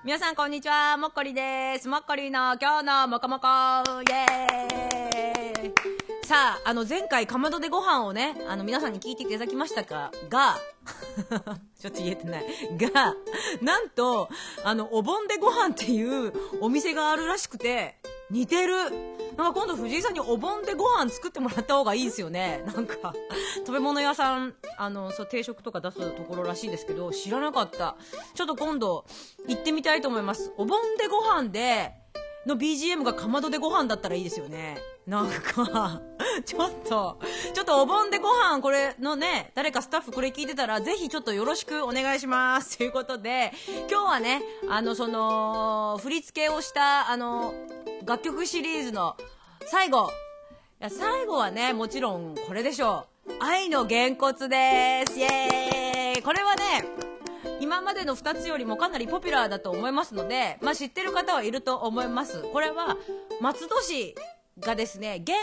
皆さんこんにちは、もっこりです。もっこりの今日のもこもこイエーイ。さあ、前回かまどでご飯をね、皆さんに聞いていただきましたがちょっと言えてないが、なんとお盆でご飯っていうお店があるらしくて、似てる。なんか今度藤井さんにお盆でご飯作ってもらった方がいいですよね。なんか食べ物屋さんそう定食とか出すところらしいんですけど、知らなかった。ちょっと今度行ってみたいと思います。お盆でご飯での BGM がかまどでご飯だったらいいですよね。なんかちょっとお盆でご飯これのね、誰かスタッフこれ聞いてたらぜひちょっとよろしくお願いしますということで、今日はねその振り付けをした楽曲シリーズの最後はね、もちろんこれでしょう。愛のげんこつです。イエーイ。これはね、今までの2つよりもかなりポピュラーだと思いますので、知ってる方はいると思います。これは松戸市がですね、減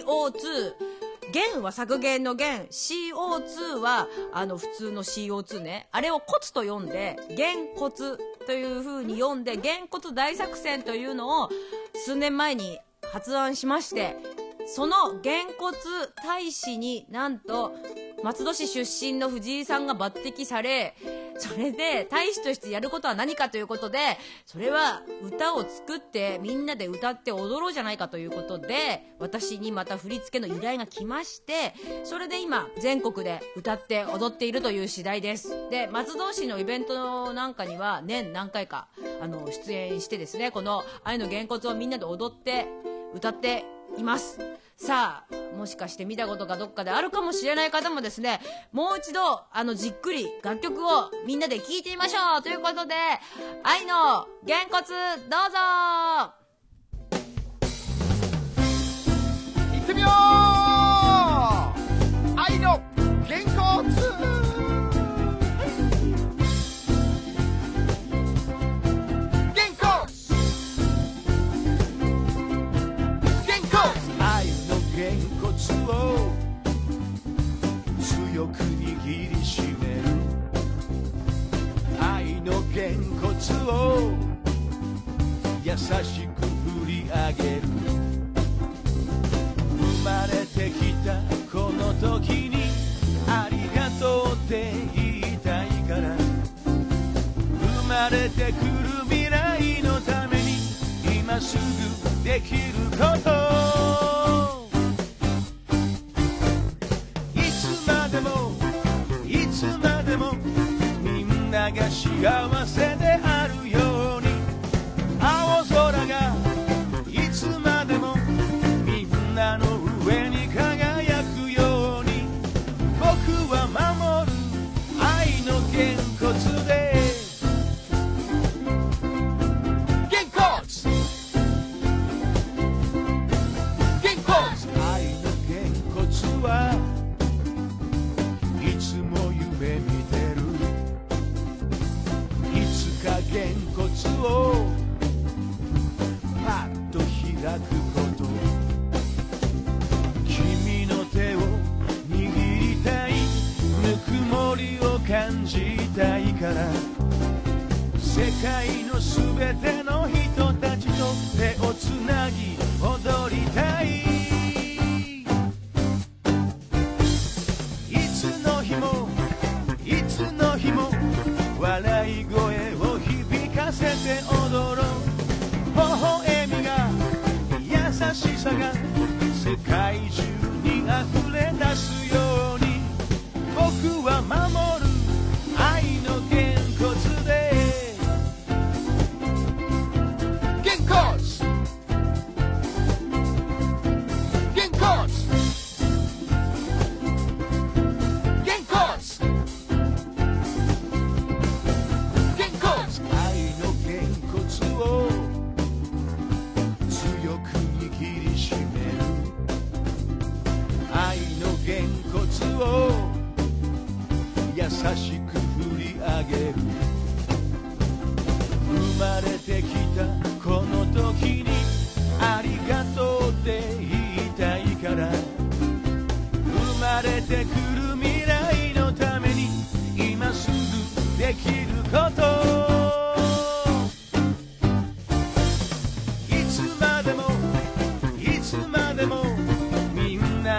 CO2、減は削減の減、 CO2 は普通の CO2 ね、あれを骨と読んで減骨という風に読んで、減骨大作戦というのを数年前に発案しまして、そのげんこつ大使になんと松戸市出身の藤井さんが抜擢され、それで大使としてやることは何かということで、それは歌を作ってみんなで歌って踊ろうじゃないかということで、私にまた振り付けの依頼が来まして、それで今全国で歌って踊っているという次第です。で、松戸市のイベントなんかには年何回か出演してですね、この愛のげんこつをみんなで踊って歌っています。さあ、もしかして見たことがどっかであるかもしれない方もですね、もう一度じっくり楽曲をみんなで聴いてみましょうということで、愛のげんこつどうぞ。 いってみよう。愛のげんこつ。強く握りしめる愛のげんこつを優しく振り上げる。生まれてきたこの時にありがとうって言いたいから、生まれてくる未来のために今すぐできること、いつまでもみんなが幸せであるように、青空がいつまでもみんなの上に輝くように、僕は守る愛のげんこつで。げんこつげんこつ、愛のげんこつはいつも夢見てる。いつかげんこつをパッと開くこと、君の手を握りたい、ぬくもりを感じたいから、世界のすべての人たちと手をつなぎ踊りたい。いつの日も笑い声を響かせて踊ろう。微笑みが優しさが世界中に溢れ出すように、僕は守る愛のげんこつで。げんこつげんこつげんこつ強く握りしめる愛のげんこつを優しく振り上げる。生まれてきたこの時にありがとうって言いたいから、生まれてくる未来のために今すぐできること、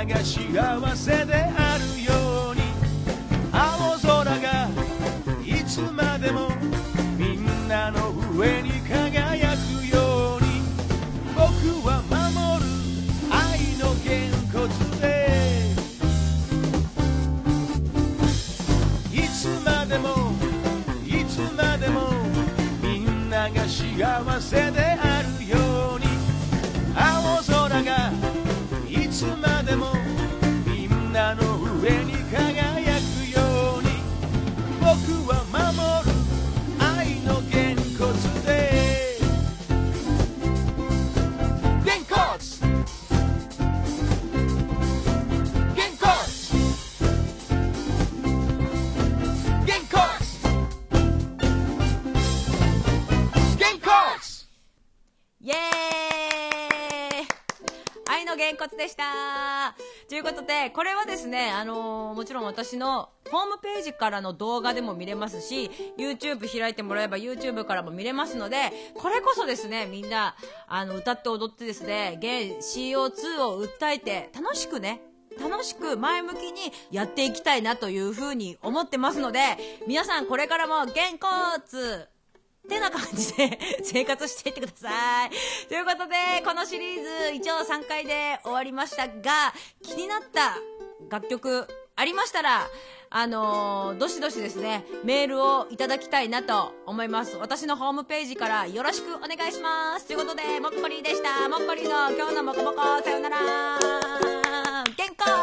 なが幸せであるように青空がいつまでもみんなの上に輝くように僕は守る愛のげんこつでいつまでもいつまでもみんなが幸せであるように青空がいつまでもみんなの上に輝くように僕は守る愛のげんこつでげんこつげんこつげんこつげんこつイエーイ、愛のげんこつでした。ということで、これはですね、もちろん私のホームページからの動画でも見れますし、YouTube 開いてもらえば YouTube からも見れますので、これこそですね、みんな、歌って踊ってですね、CO2 を訴えて、楽しく前向きにやっていきたいなというふうに思ってますので、皆さんこれからもげんこつってな感じで生活していってください。ということで、このシリーズ一応3回で終わりましたが、気になった楽曲ありましたら、どしどしですね、メールをいただきたいなと思います。私のホームページからよろしくお願いします。ということで、もっこりでした。もっこりの今日のもこもこ、さよなら。げんこ